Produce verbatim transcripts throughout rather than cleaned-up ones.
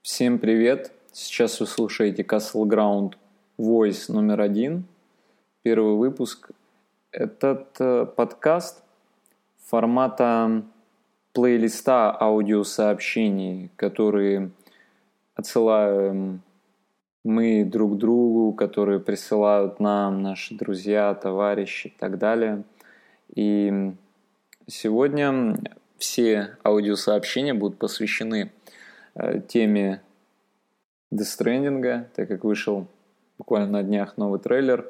Всем привет! Сейчас вы слушаете Castle Ground Voice номер один. Первый выпуск. Этот э, подкаст формата плейлиста аудиосообщений, которые отсылаем мы друг другу, которые присылают нам наши друзья, товарищи и так далее. И сегодня все аудиосообщения будут посвящены теме Death Stranding, так как вышел буквально на днях новый трейлер.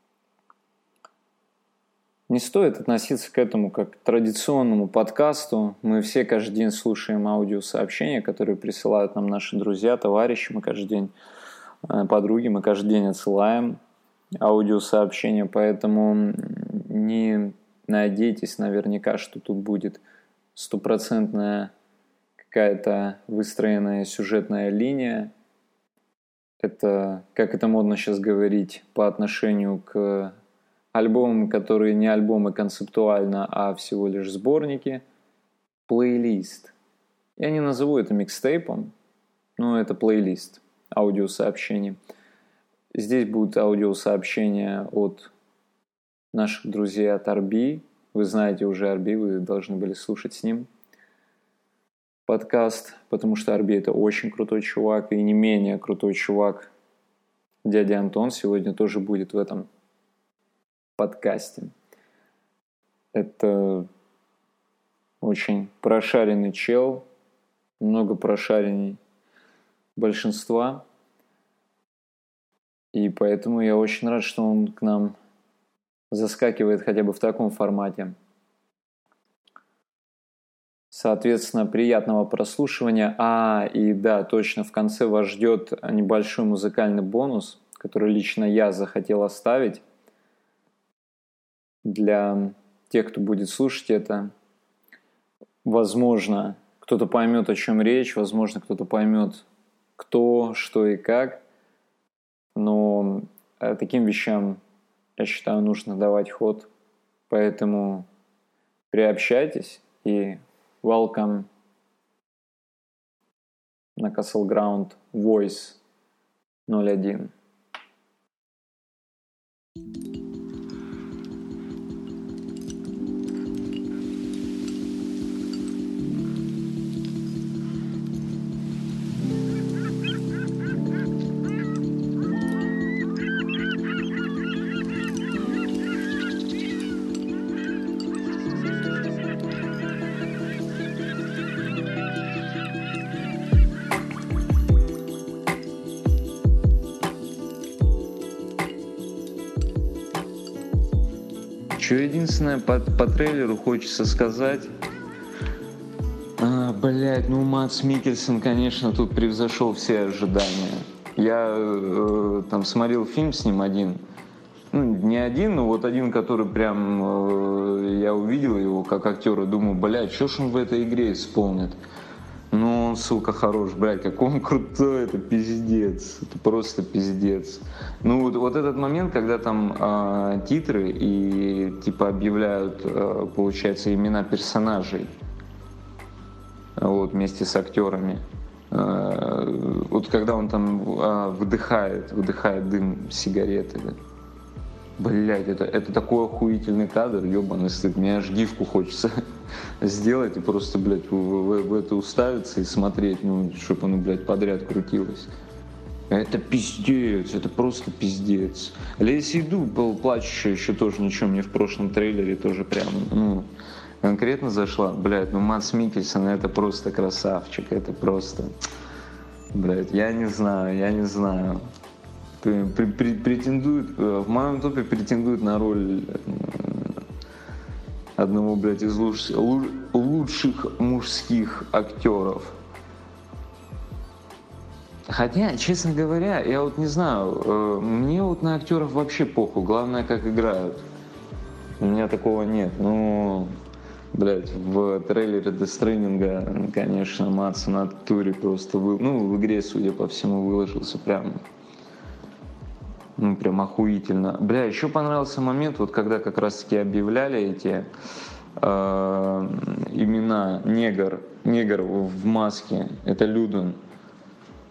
Не стоит относиться к этому как к традиционному подкасту. Мы все каждый день слушаем аудиосообщения, которые присылают нам наши друзья, товарищи. Мы каждый день, подруги, мы каждый день отсылаем аудиосообщения, поэтому не надейтесь наверняка, что тут будет стопроцентная какая-то выстроенная сюжетная линия. Это, как это модно сейчас говорить, по отношению к альбомам, которые не альбомы концептуально, а всего лишь сборники. Плейлист. Я не назову это микстейпом, но это плейлист аудиосообщений. Здесь будут аудиосообщения от наших друзей от Арби. Вы знаете уже Арби, вы должны были слушать с ним подкаст, потому что Арби — это очень крутой чувак, и не менее крутой чувак дядя Антон сегодня тоже будет в этом подкасте. Это очень прошаренный чел, много прошаренней большинства, и поэтому я очень рад, что он к нам заскакивает хотя бы в таком формате. Соответственно, приятного прослушивания. А, и да, точно, в конце вас ждет небольшой музыкальный бонус, который лично я захотел оставить для тех, кто будет слушать это. Возможно, кто-то поймет, о чем речь, возможно, кто-то поймет, кто, что и как. Но таким вещам, я считаю, нужно давать ход. Поэтому приобщайтесь и welcome на Castle Ground Voice ноль один. Что единственное по, по трейлеру хочется сказать, а, блять, ну Мадс Миккельсен, конечно, тут превзошел все ожидания. Я э, там смотрел фильм с ним один, ну не один, но вот один, который прям э, я увидел его как актера, думаю, блять, что ж он в этой игре исполнит. Ну, он, сука, хорош, блядь, как он крутой, это пиздец, это просто пиздец. Ну, вот, вот этот момент, когда там э, титры и, типа, объявляют, э, получается, имена персонажей, вот, вместе с актерами. Э, вот когда он там э, выдыхает, выдыхает дым сигареты, да. Блядь, это, это такой охуительный кадр, ебаный стыд. Мне аж гифку хочется сделать и просто, блядь, в, в, в это уставиться и смотреть, ну, чтобы оно, блядь, подряд крутилось. Это пиздец, это просто пиздец. Лесли Ду был плачущая, еще тоже ничего мне в прошлом трейлере тоже прям, ну, конкретно зашла. Блядь, ну Мадс Миккельсен, это просто красавчик, это просто, блядь, я не знаю, я не знаю. Претендует, в моем топе претендует на роль одного, блядь, из лучших, лучших мужских актеров. Хотя, честно говоря, я вот не знаю, мне вот на актеров вообще похуй, главное, как играют. У меня такого нет. Ну, блядь, в трейлере Death Stranding, конечно, Мадс на туре просто, вы, ну, в игре, судя по всему, выложился прям. Ну, прям охуительно. Бля, еще понравился момент, вот когда как раз-таки объявляли эти э, имена негр, негр в маске, это Люден.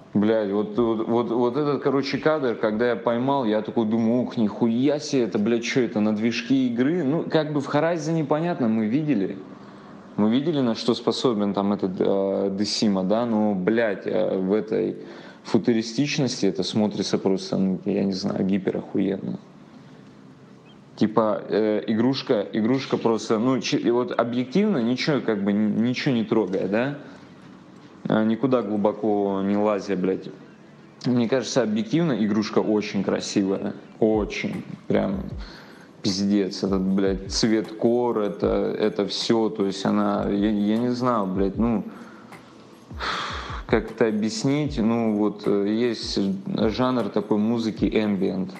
Блядь, вот, вот, вот, вот этот, короче, кадр, когда я поймал, я такой думаю, ух, нихуя себе, это, блядь, что это, на движке игры? Ну, как бы в Horizon непонятно, мы видели. Мы видели, на что способен там этот э, Десима, да, но, блядь, э, в этой футуристичности это смотрится просто, ну, я не знаю, гиперохуенно. Типа, э, игрушка, игрушка просто, ну, ч- вот объективно ничего, как бы, ничего не трогая, да, а, никуда глубоко не лазя, блядь. Мне кажется, объективно игрушка очень красивая, очень, прям пиздец, этот, блядь, цвет кор, это, это все, то есть она, я, я не знаю, блядь, ну, как это объяснить, ну, вот есть жанр такой музыки ambient.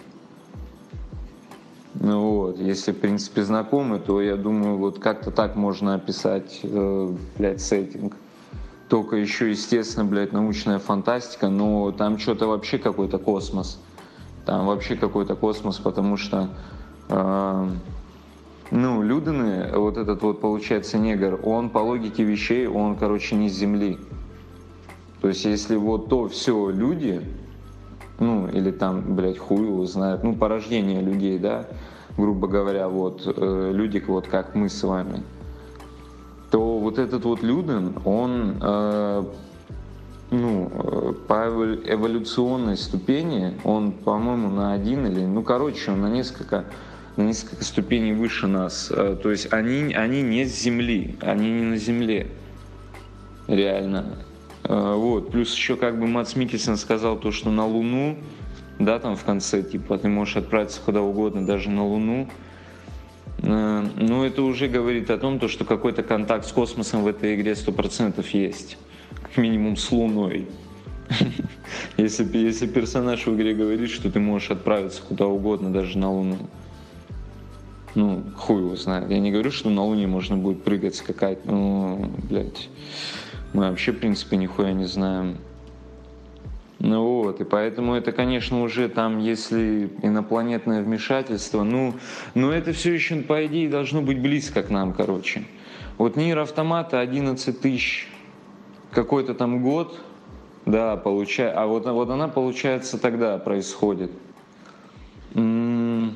Ну вот, если, в принципе, знакомы, то я думаю, вот как-то так можно описать, э, блядь, сеттинг. Только еще, естественно, блядь, научная фантастика, но там что-то вообще какой-то космос. Там вообще какой-то космос, потому что, э, ну, Людены, вот этот вот, получается, негр, он по логике вещей, он, короче, не с Земли. То есть, если вот то все люди, ну, или там, блядь, хуй его знает, ну, порождение людей, да, грубо говоря, вот, э, люди, вот как мы с вами, то вот этот вот Люден, он, э, ну, э, по эволюционной ступени, он, по-моему, на один или, ну, короче, он на несколько, на несколько ступеней выше нас. Э, то есть они, они не с Земли, они не на Земле, реально. Э, вот, плюс еще как бы Мадс Миккельсен сказал то, что на Луну, да, там в конце, типа, ты можешь отправиться куда угодно, даже на Луну. Ну, это уже говорит о том, то, что какой-то контакт с космосом в этой игре сто процентов есть. Как минимум с Луной. Если, если персонаж в игре говорит, что ты можешь отправиться куда угодно, даже на Луну. Ну, хуй его знает. Я не говорю, что на Луне можно будет прыгать, скакать. Ну, блядь. Мы вообще, в принципе, нихуя не знаем. Ну вот, и поэтому это, конечно, уже там, если инопланетное вмешательство, ну, но это все еще, по идее, должно быть близко к нам, короче. Вот Нир Автомата одиннадцать тысяч какой-то там год, да, получается, а вот, вот она, получается, тогда происходит. М-м-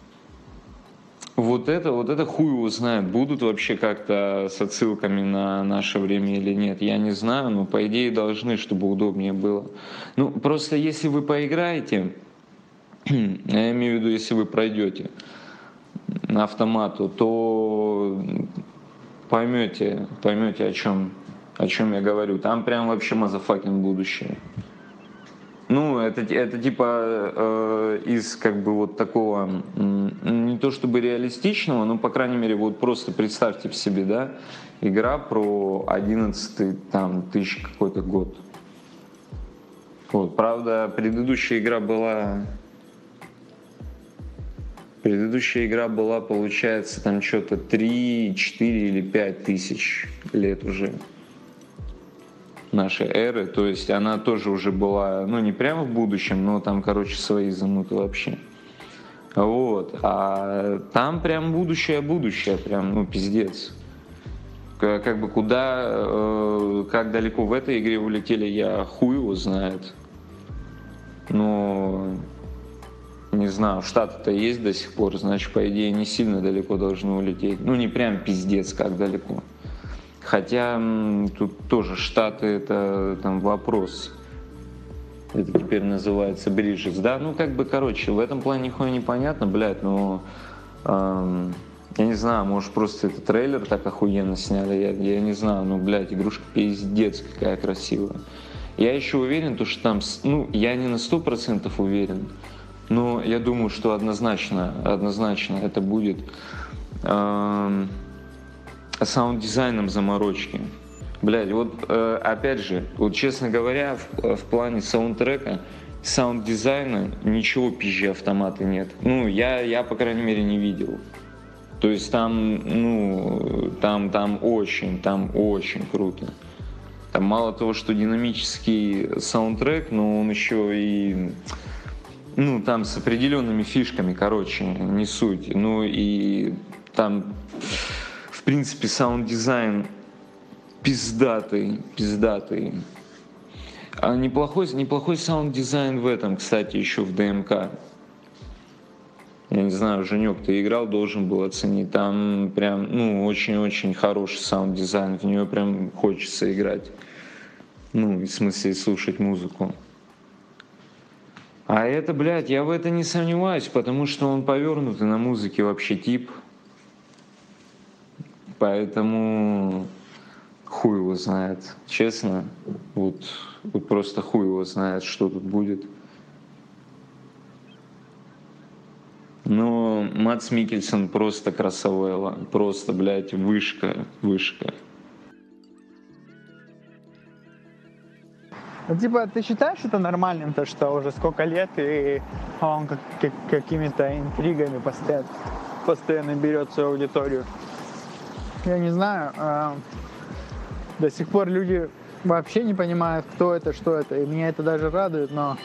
Вот это, вот это хуй его знает, будут вообще как-то с отсылками на наше время или нет, я не знаю, но по идее должны, чтобы удобнее было. Ну, просто если вы поиграете, я имею в виду, если вы пройдете на автомату, то поймете, поймете, о чем, о чем я говорю. Там прям вообще мазафакин будущее. Ну, это, это типа э, из как бы вот такого, м, не то чтобы реалистичного, но, по крайней мере, вот просто представьте в себе, да, игра про одиннадцатый там тысяч какой-то год. Вот, правда, предыдущая игра была, предыдущая игра была, получается, там что-то три, четыре или пять тысяч лет уже нашей эры, то есть она тоже уже была, ну, не прямо в будущем, но там, короче, свои замуты вообще. Вот, а там прям будущее-будущее, прям, ну, пиздец. Как, как бы куда, э, как далеко в этой игре улетели, я хуй его знает. Но, не знаю, Штаты-то есть до сих пор, значит, по идее, не сильно далеко должны улететь. Ну, не прям пиздец, как далеко. Хотя тут тоже Штаты, это там вопрос. Это теперь называется Бриджес, да? Ну, как бы, короче, в этом плане нихуя непонятно, блядь, но... Эм, я не знаю, может, просто этот трейлер так охуенно сняли, я, я не знаю, ну, блядь, игрушка пиздец какая красивая. Я еще уверен, то, что там... Ну, я не на сто процентов уверен, но я думаю, что однозначно, однозначно это будет... Эм, саунд-дизайном заморочки. Блядь, вот э, опять же, вот честно говоря, в, в плане саундтрека, саунд-дизайна ничего пизжи автомата нет. Ну, я, я, по крайней мере, не видел. То есть там, ну, там, там очень, там очень круто. Там мало того, что динамический саундтрек, но он еще и, ну, там с определенными фишками, короче, не суть. Ну, и там... В принципе, саунд-дизайн пиздатый, пиздатый. А неплохой, неплохой саунд-дизайн в этом, кстати, еще в ДМК. Я не знаю, Женек, ты играл, должен был оценить. Там прям, ну, очень-очень хороший саунд-дизайн. В нее прям хочется играть. Ну, в смысле, слушать музыку. А это, блядь, я в это не сомневаюсь, потому что он повернутый на музыке вообще тип. Поэтому хуй его знает. Честно, вот, вот просто хуй его знает, что тут будет. Но Мадс Миккельсен просто красавелла. Просто, блядь, вышка, вышка. Ну, типа, ты считаешь это нормальным, то, что уже сколько лет, и он как, как, какими-то интригами постоянно, постоянно берет свою аудиторию? Я не знаю. Э, до сих пор люди вообще не понимают, кто это, что это. И меня это даже радует, но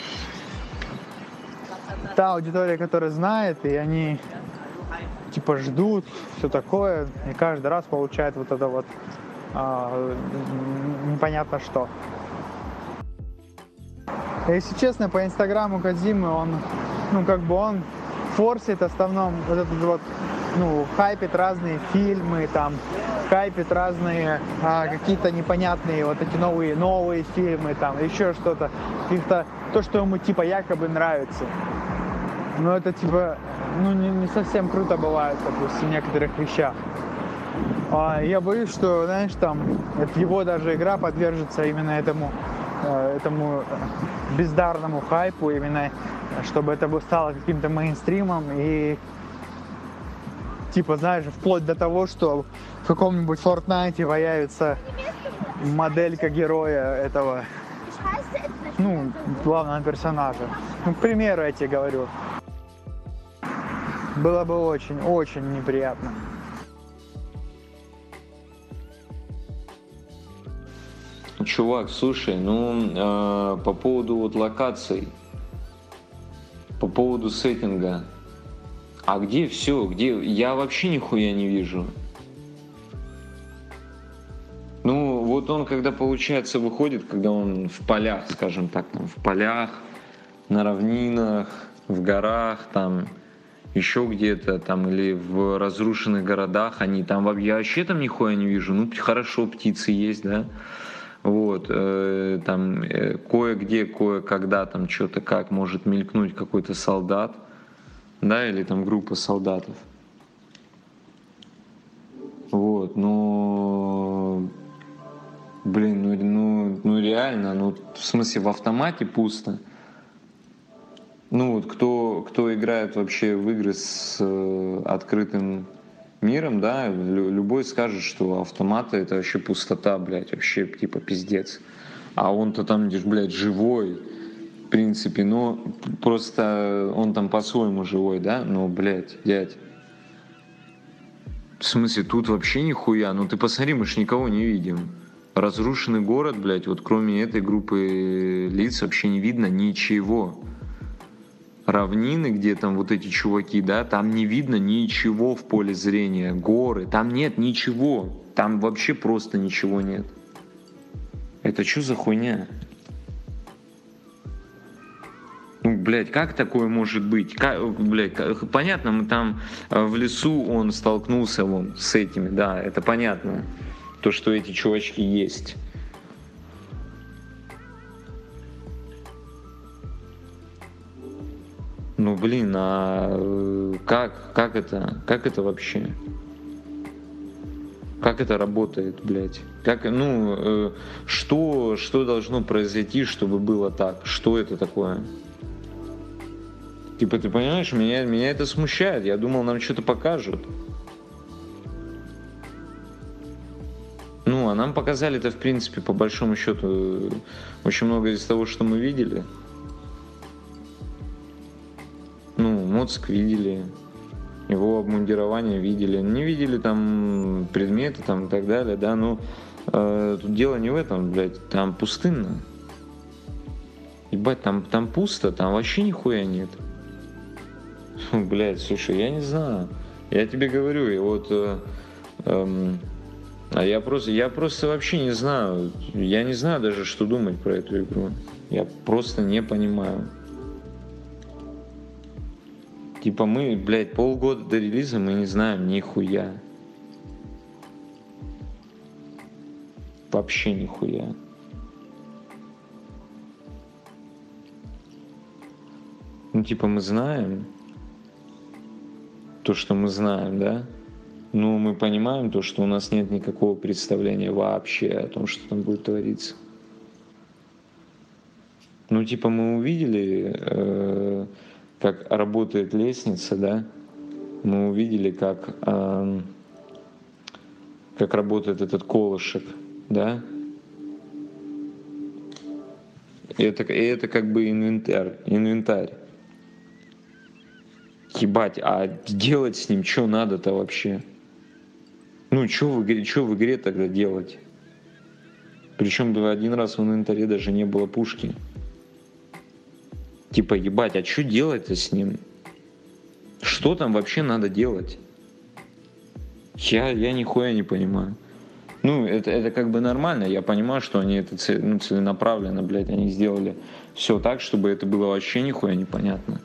та аудитория, которая знает, и они типа ждут, все такое, и каждый раз получают вот это вот э, непонятно что. Если честно, по инстаграму Кодзимы, он, ну, как бы он форсит в основном вот этот вот, ну, хайпит разные фильмы, там, хайпит разные а, какие-то непонятные вот эти новые, новые фильмы, там, еще что-то, каких-то, то, что ему, типа, якобы нравится. Но это, типа, ну, не, не совсем круто бывает, допустим, в некоторых вещах. А, я боюсь, что, знаешь, там, его даже игра подвержется именно этому этому бездарному хайпу, именно чтобы это стало каким-то мейнстримом и типа, знаешь, вплоть до того, что в каком-нибудь Fortnite появится моделька героя этого, ну, главного персонажа. Ну, к примеру, я тебе говорю. Было бы очень-очень неприятно. Чувак, слушай, ну, э, по поводу вот локаций, по поводу сеттинга, а где все, где, я вообще нихуя не вижу. Ну, вот он, когда, получается, выходит, когда он в полях, скажем так, там, в полях, на равнинах, в горах, там, еще где-то, там, или в разрушенных городах, они там, я вообще там нихуя не вижу, ну, хорошо, птицы есть, да. Вот, э, там э, кое-где, кое-когда там что-то как может мелькнуть какой-то солдат, да, или там группа солдатов. Вот, но, блин, ну, ну, ну реально, ну, в смысле в автомате пусто. Ну вот, кто, кто играет вообще в игры с э, открытым миром, да, любой скажет, что автоматы это вообще пустота, блядь, вообще типа пиздец. А он-то там, блядь, живой, в принципе, но просто он там по-своему живой, да, но, блядь, дядь. В смысле, тут вообще нихуя, ну ты посмотри, мы ж никого не видим. Разрушенный город, блядь, вот кроме этой группы лиц вообще не видно ничего. Равнины, где там вот эти чуваки, да, там не видно ничего в поле зрения, горы, там нет ничего, там вообще просто ничего нет. Это что за хуйня? Ну, блядь, как такое может быть? Как, блядь, как, понятно, мы там в лесу он столкнулся вон с этими, да, это понятно, то, что эти чувачки есть. Ну, блин, а как, как это, как это вообще? Как это работает, блядь? Как, ну, э, что, что должно произойти, чтобы было так? Что это такое? Типа, ты понимаешь, меня, меня это смущает. Я думал, нам что-то покажут. Ну, а нам показали это, в принципе, по большому счету, очень много из того, что мы видели. Ну, Моцк видели, его обмундирование видели, не видели там предметы там и так далее, да, но э, тут дело не в этом, блядь, там пустынно. Ебать, там, там пусто, там вообще нихуя нет. Фу, блядь, слушай, я не знаю, я тебе говорю, и вот э, э, А я просто, я просто вообще не знаю. Я не знаю даже, что думать про эту игру. Я просто не понимаю. Типа мы, блядь, полгода до релиза мы не знаем нихуя. Вообще нихуя. Ну, типа, мы знаем то, что мы знаем, да? Но мы понимаем то, что у нас нет никакого представления вообще о том, что там будет твориться. Ну, типа, мы увидели, э, как работает лестница, да? Мы увидели, как, э, как работает этот колышек, да? И это, и это как бы инвентарь, инвентарь. Ебать, а делать с ним что надо-то вообще? Ну, что в игре, что в игре тогда делать? Причем один раз в инвентаре даже не было пушки. Типа, ебать, а что делать-то с ним? Что там вообще надо делать? Я, я нихуя не понимаю. Ну, это, это как бы нормально. Я понимаю, что они это цель, ну, целенаправленно, блядь, они сделали все так, чтобы это было вообще нихуя непонятно.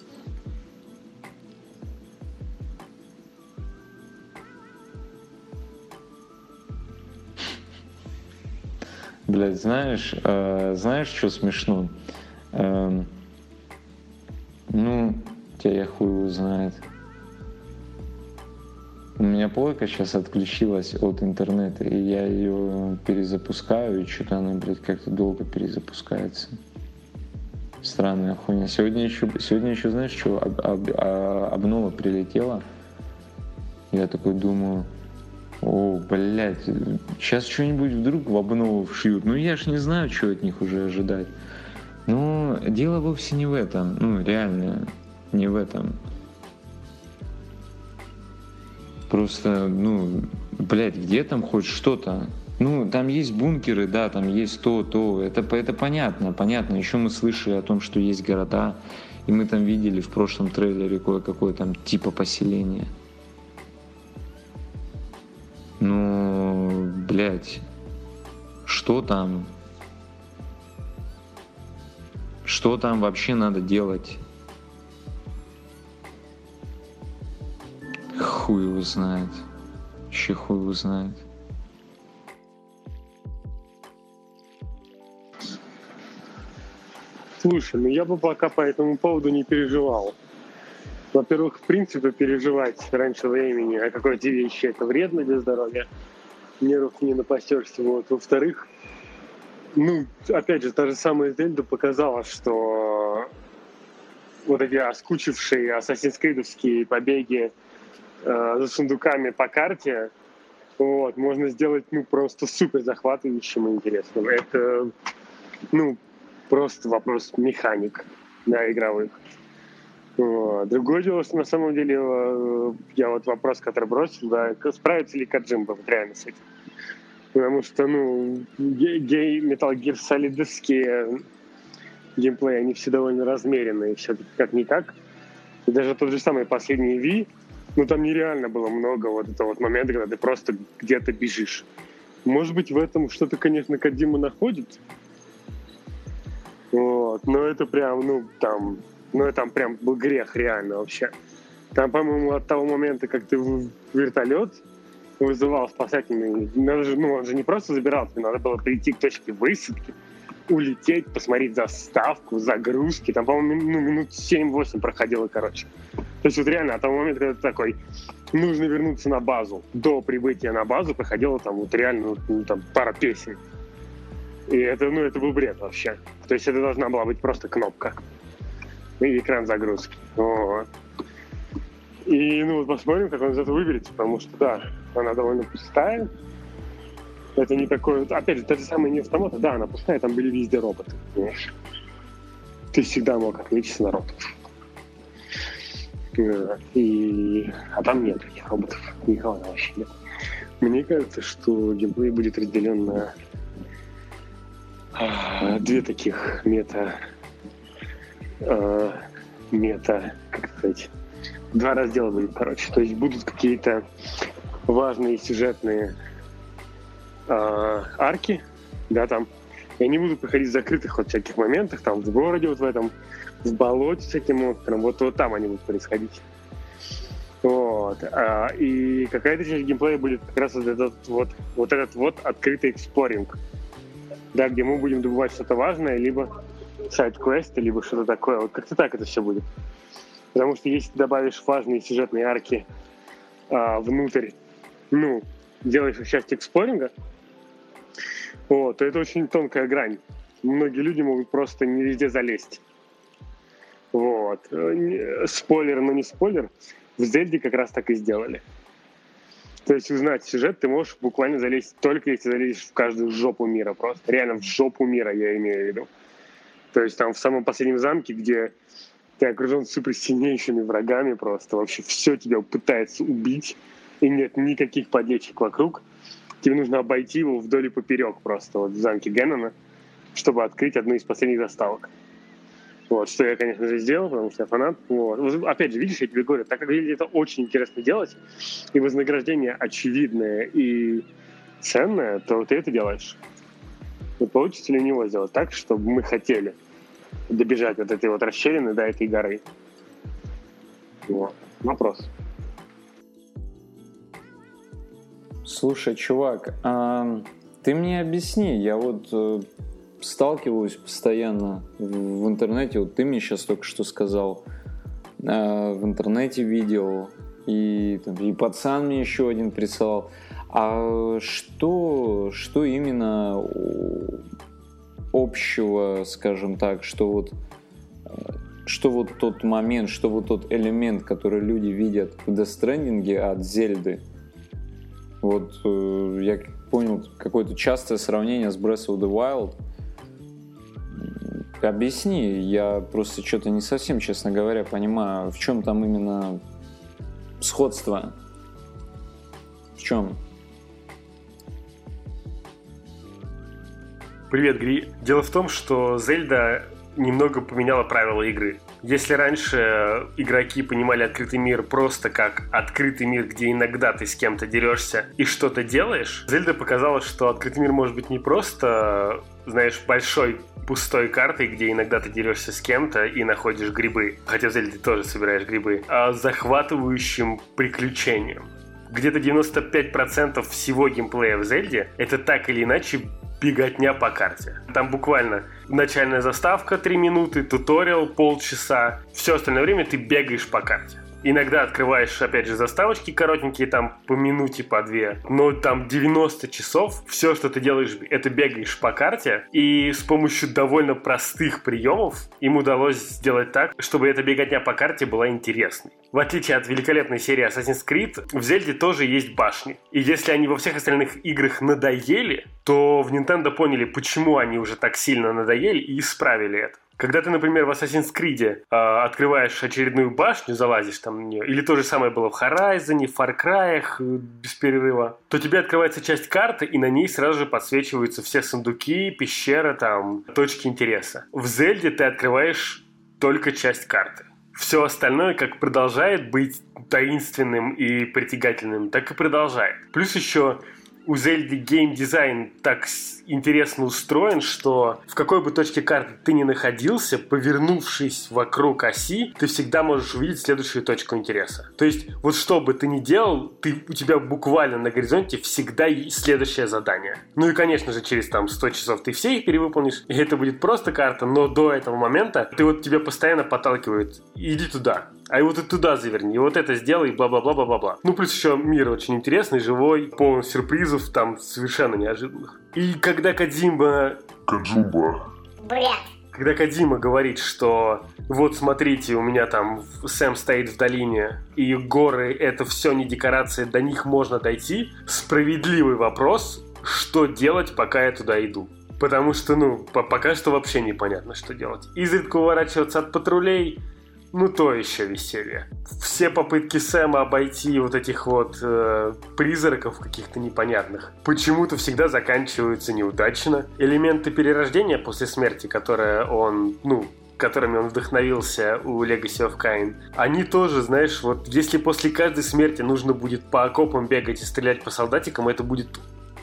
Блядь, знаешь, э, знаешь, что смешно? Э, ну, тебя я хуй его знает. У меня плойка сейчас отключилась от интернета, и я ее перезапускаю, и что-то она, блядь, как-то долго перезапускается. Странная хуйня. Сегодня еще, сегодня еще знаешь, что об, об, обнова прилетела. Я такой думаю, о, блядь, сейчас что-нибудь вдруг в обнову вшьют. Ну, я ж не знаю, что от них уже ожидать. Но дело вовсе не в этом. Ну, реально, не в этом. Просто, ну, блядь, где там хоть что-то? Ну, там есть бункеры, да, там есть то, то. Это, это понятно, понятно. Еще мы слышали о том, что есть города. И мы там видели в прошлом трейлере кое-какое там типа поселение. Ну, блядь, что там? Что там вообще надо делать? Хуй его знает. Вообще хуй его знает. Слушай, ну я бы пока по этому поводу не переживал. Во-первых, в принципе, переживать раньше времени о какой-то вещи — это вредно для здоровья. Нервов не напасешься. Вот. Во-вторых, ну, опять же, та же самая Зельда показала, что вот эти оскучившие Assassin's Creed-овские побеги э, за сундуками по карте, вот, можно сделать, ну, просто супер захватывающим и интересным. Это, ну, просто вопрос механик, да, игровых. Вот. Другое дело, что на самом деле я вот вопрос, который бросил, да, справится ли Коджима вот реально с этим. Потому что, ну, гей, Metal Gear Solid-овские геймплеи, они все довольно размеренные, все-таки как-никак. И даже тот же самый последний Ви, ну, там нереально было много вот этого вот момента, когда ты просто где-то бежишь. Может быть, в этом что-то, конечно, Коджима находит. Вот. Но это прям, ну, там... Ну, это там прям был грех реально вообще. Там, по-моему, от того момента, как ты в вертолет вызывал спасательный, ну, он же не просто забирался, надо было прийти к точке высадки, улететь, посмотреть заставку, загрузки. Там, по-моему, ну, минут семь-восемь проходило, короче. То есть вот реально от того момента, когда ты такой, нужно вернуться на базу, до прибытия на базу проходило там вот реально ну, там пара песен. И это, ну, это был бред вообще. То есть это должна была быть просто кнопка. И экран загрузки. Вот. И ну вот посмотрим, как он из этого выберется, потому что да, она довольно пустая. Это не такое. Опять же, та же самая не автомата, да, она пустая, там были везде роботы, понимаешь? Ты всегда мог отвлечься на роботов. И... А там нет таких роботов. Никого вообще нет. Мне кажется, что геймплей будет разделен на две таких мета Uh, мета, как сказать, два раздела будет, короче. То есть будут какие-то важные сюжетные э, арки, да, там. Я не буду проходить в закрытых вот всяких моментах, там, в городе вот в этом, в болоте с этим монстром, вот, вот там они будут происходить. Вот. А, и какая-то часть геймплея будет как раз вот этот вот, вот этот вот открытый эксплоринг, да, где мы будем добывать что-то важное, либо сайд-квесты, либо что-то такое. Вот как-то так это все будет. Потому что если добавишь важные сюжетные арки а, внутрь, ну, делаешь их часть эксплоринга, вот, то это очень тонкая грань. Многие люди могут просто не везде залезть. Вот. Спойлер, но не спойлер. В Зельде как раз так и сделали. То есть узнать сюжет ты можешь буквально залезть только если залезешь в каждую жопу мира. Просто реально в жопу мира, я имею в виду. То есть там в самом последнем замке, где ты окружен суперсильнейшими врагами просто. Вообще все тебя пытается убить. И нет никаких подлечек вокруг. Тебе нужно обойти его вдоль и поперек просто вот в замке Геннона, чтобы открыть одну из последних заставок. Вот, что я, конечно же, сделал, потому что я фанат. Вот. Опять же, видишь, я тебе говорю, так как это очень интересно делать, и вознаграждение очевидное и ценное, то ты это делаешь. И получится ли у него сделать так, чтобы мы хотели добежать от этой вот расщелины до этой горы? Вот. Вопрос. Слушай, чувак, а ты мне объясни, я вот э, сталкиваюсь постоянно в, в интернете, вот ты мне сейчас только что сказал, э, в интернете видел, и, там, и пацан мне еще один присылал. А что, что именно общего, скажем так, что вот, что вот тот момент, что вот тот элемент, который люди видят в Death Stranding от Зельды? Вот э, я понял какое-то частое сравнение с Breath of the Wild. Объясни, я просто что-то не совсем, честно говоря, понимаю, в чем там именно сходство. В чем? Привет, Гри. Дело в том, что Зельда немного поменяла правила игры. Если раньше игроки понимали открытый мир просто как открытый мир, где иногда ты с кем-то дерешься и что-то делаешь, Зельда показала, что открытый мир может быть не просто, знаешь, большой пустой картой, где иногда ты дерешься с кем-то и находишь грибы, хотя в Зельде ты тоже собираешь грибы, а захватывающим приключением. Где-то девяносто пять процентов всего геймплея в Зельде — это так или иначе беготня по карте. Там буквально начальная заставка три минуты, туториал полчаса. Все остальное время ты бегаешь по карте. Иногда открываешь, опять же, заставочки коротенькие, там по минуте, по две. Но там девяносто часов все, что ты делаешь, это бегаешь по карте. И с помощью довольно простых приемов им удалось сделать так, чтобы эта беготня по карте была интересной. В отличие от великолепной серии Assassin's Creed, в Зельде тоже есть башни. И если они во всех остальных играх надоели, то в Nintendo поняли, почему они уже так сильно надоели, и исправили это. Когда ты, например, в Assassin's Creed э, открываешь очередную башню, залазишь там на нее, или то же самое было в Horizon, в Far Cry э, без перерыва, то тебе открывается часть карты, и на ней сразу же подсвечиваются все сундуки, пещеры, там, точки интереса. В Зельде ты открываешь только часть карты. Все остальное как продолжает быть таинственным и притягательным, так и продолжает. Плюс еще у Зельды геймдизайн так интересно устроен, что в какой бы точке карты ты ни находился, повернувшись вокруг оси, ты всегда можешь увидеть следующую точку интереса. То есть, вот что бы ты ни делал, ты, у тебя буквально на горизонте всегда есть следующее задание. Ну и, конечно же, через там сто часов ты все их перевыполнишь, и это будет просто карта, но до этого момента ты вот тебя постоянно подталкивают: иди туда, а и вот и туда заверни, и вот это сделай, бла-бла-бла-бла-бла. Ну, плюс еще мир очень интересный, живой, полный сюрпризов, там совершенно неожиданных. И когда Кодзима... Кодзуба. Бред. Когда Кодзима говорит, что вот смотрите, у меня там Сэм стоит в долине, и горы — это все не декорации, до них можно дойти, справедливый вопрос, что делать, пока я туда иду. Потому что, ну, пока что вообще непонятно, что делать. Изредка уворачиваться от патрулей — ну, то еще веселье. Все попытки Сэма обойти вот этих вот э, призраков каких-то непонятных почему-то всегда заканчиваются неудачно. Элементы перерождения после смерти, которые он, ну, которыми он вдохновился у Legacy of Kain, они тоже, знаешь, вот если после каждой смерти нужно будет по окопам бегать и стрелять по солдатикам, это будет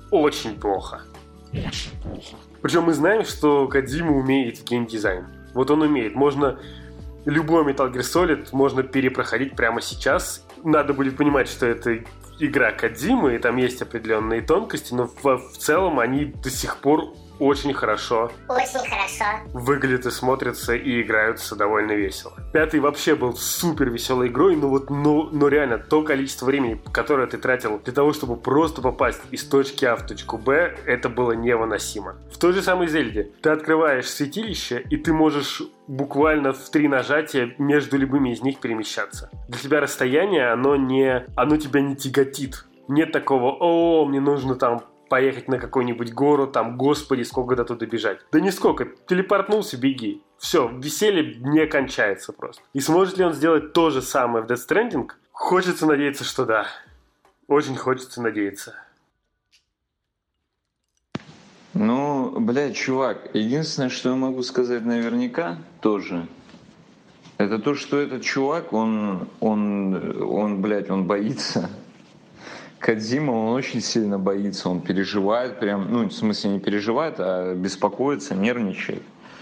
очень плохо. Причем мы знаем, что Кодзима умеет в геймдизайн. Вот он умеет. Можно любой Metal Gear Solid можно перепроходить прямо сейчас. Надо будет понимать, что это игра Кодзимы, и там есть определенные тонкости, но в, в целом они до сих пор очень хорошо. Очень хорошо. Выглядят и смотрятся, и играются довольно весело. Пятый вообще был супер веселой игрой, но вот, но, но реально, то количество времени, которое ты тратил для того, чтобы просто попасть из точки А в точку Б, это было невыносимо. В той же самой Зельде ты открываешь святилище, и ты можешь буквально в три нажатия между любыми из них перемещаться. Для тебя расстояние, оно не, оно тебя не тяготит. Нет такого: о, мне нужно там поехать на какую-нибудь гору, там, господи, сколько до туда бежать. Да нисколько, телепортнулся, беги. Все, веселье не кончается просто. И сможет ли он сделать то же самое в Death Stranding? Хочется надеяться, что да. Очень хочется надеяться. Ну, блядь, чувак, единственное, что я могу сказать наверняка тоже, это то, что этот чувак, он, он, он, блядь, он боится. Кодзима, он очень сильно боится, он переживает прям, ну, в смысле не переживает, а беспокоится, нервничает.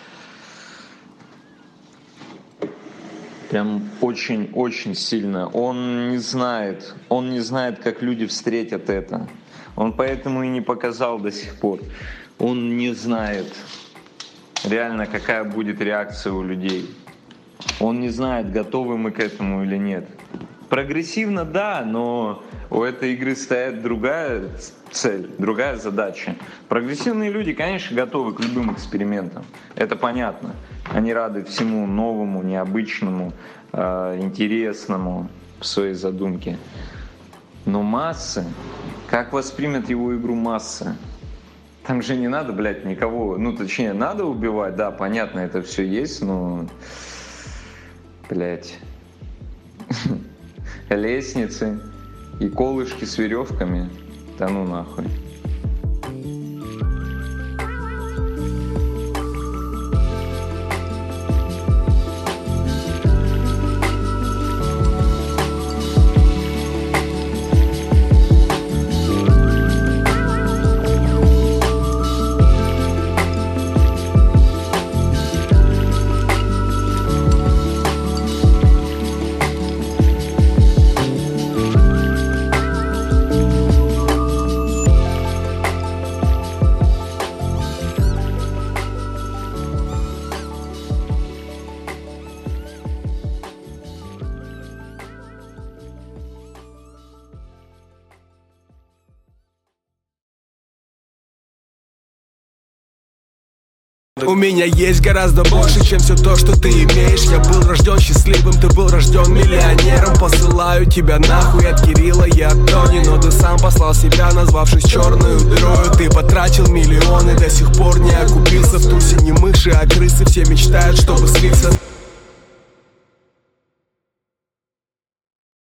Прям очень-очень сильно. Он не знает, он не знает, как люди встретят это. Он поэтому и не показал до сих пор. Он не знает реально, какая будет реакция у людей. Он не знает, готовы мы к этому или нет. Прогрессивно, да, но у этой игры стоит другая цель, другая задача. Прогрессивные люди, конечно, готовы к любым экспериментам. Это понятно. Они рады всему новому, необычному, э, интересному в своей задумке. Но массы, как воспримет его игру массы? Там же не надо, блядь, никого, ну, точнее, надо убивать, да, понятно, это все есть, но, блядь, лестницы и колышки с веревками, да ну нахуй. У меня есть гораздо больше, чем все то, что ты имеешь. Я был рожден счастливым, ты был рожден миллионером. Посылаю тебя нахуй от Кирилла и от Тони, но ты сам послал себя, назвавшись черную дырою. Ты потратил миллионы, до сих пор не окупился. В тусе не мыши, а крысы, все мечтают, чтобы слиться.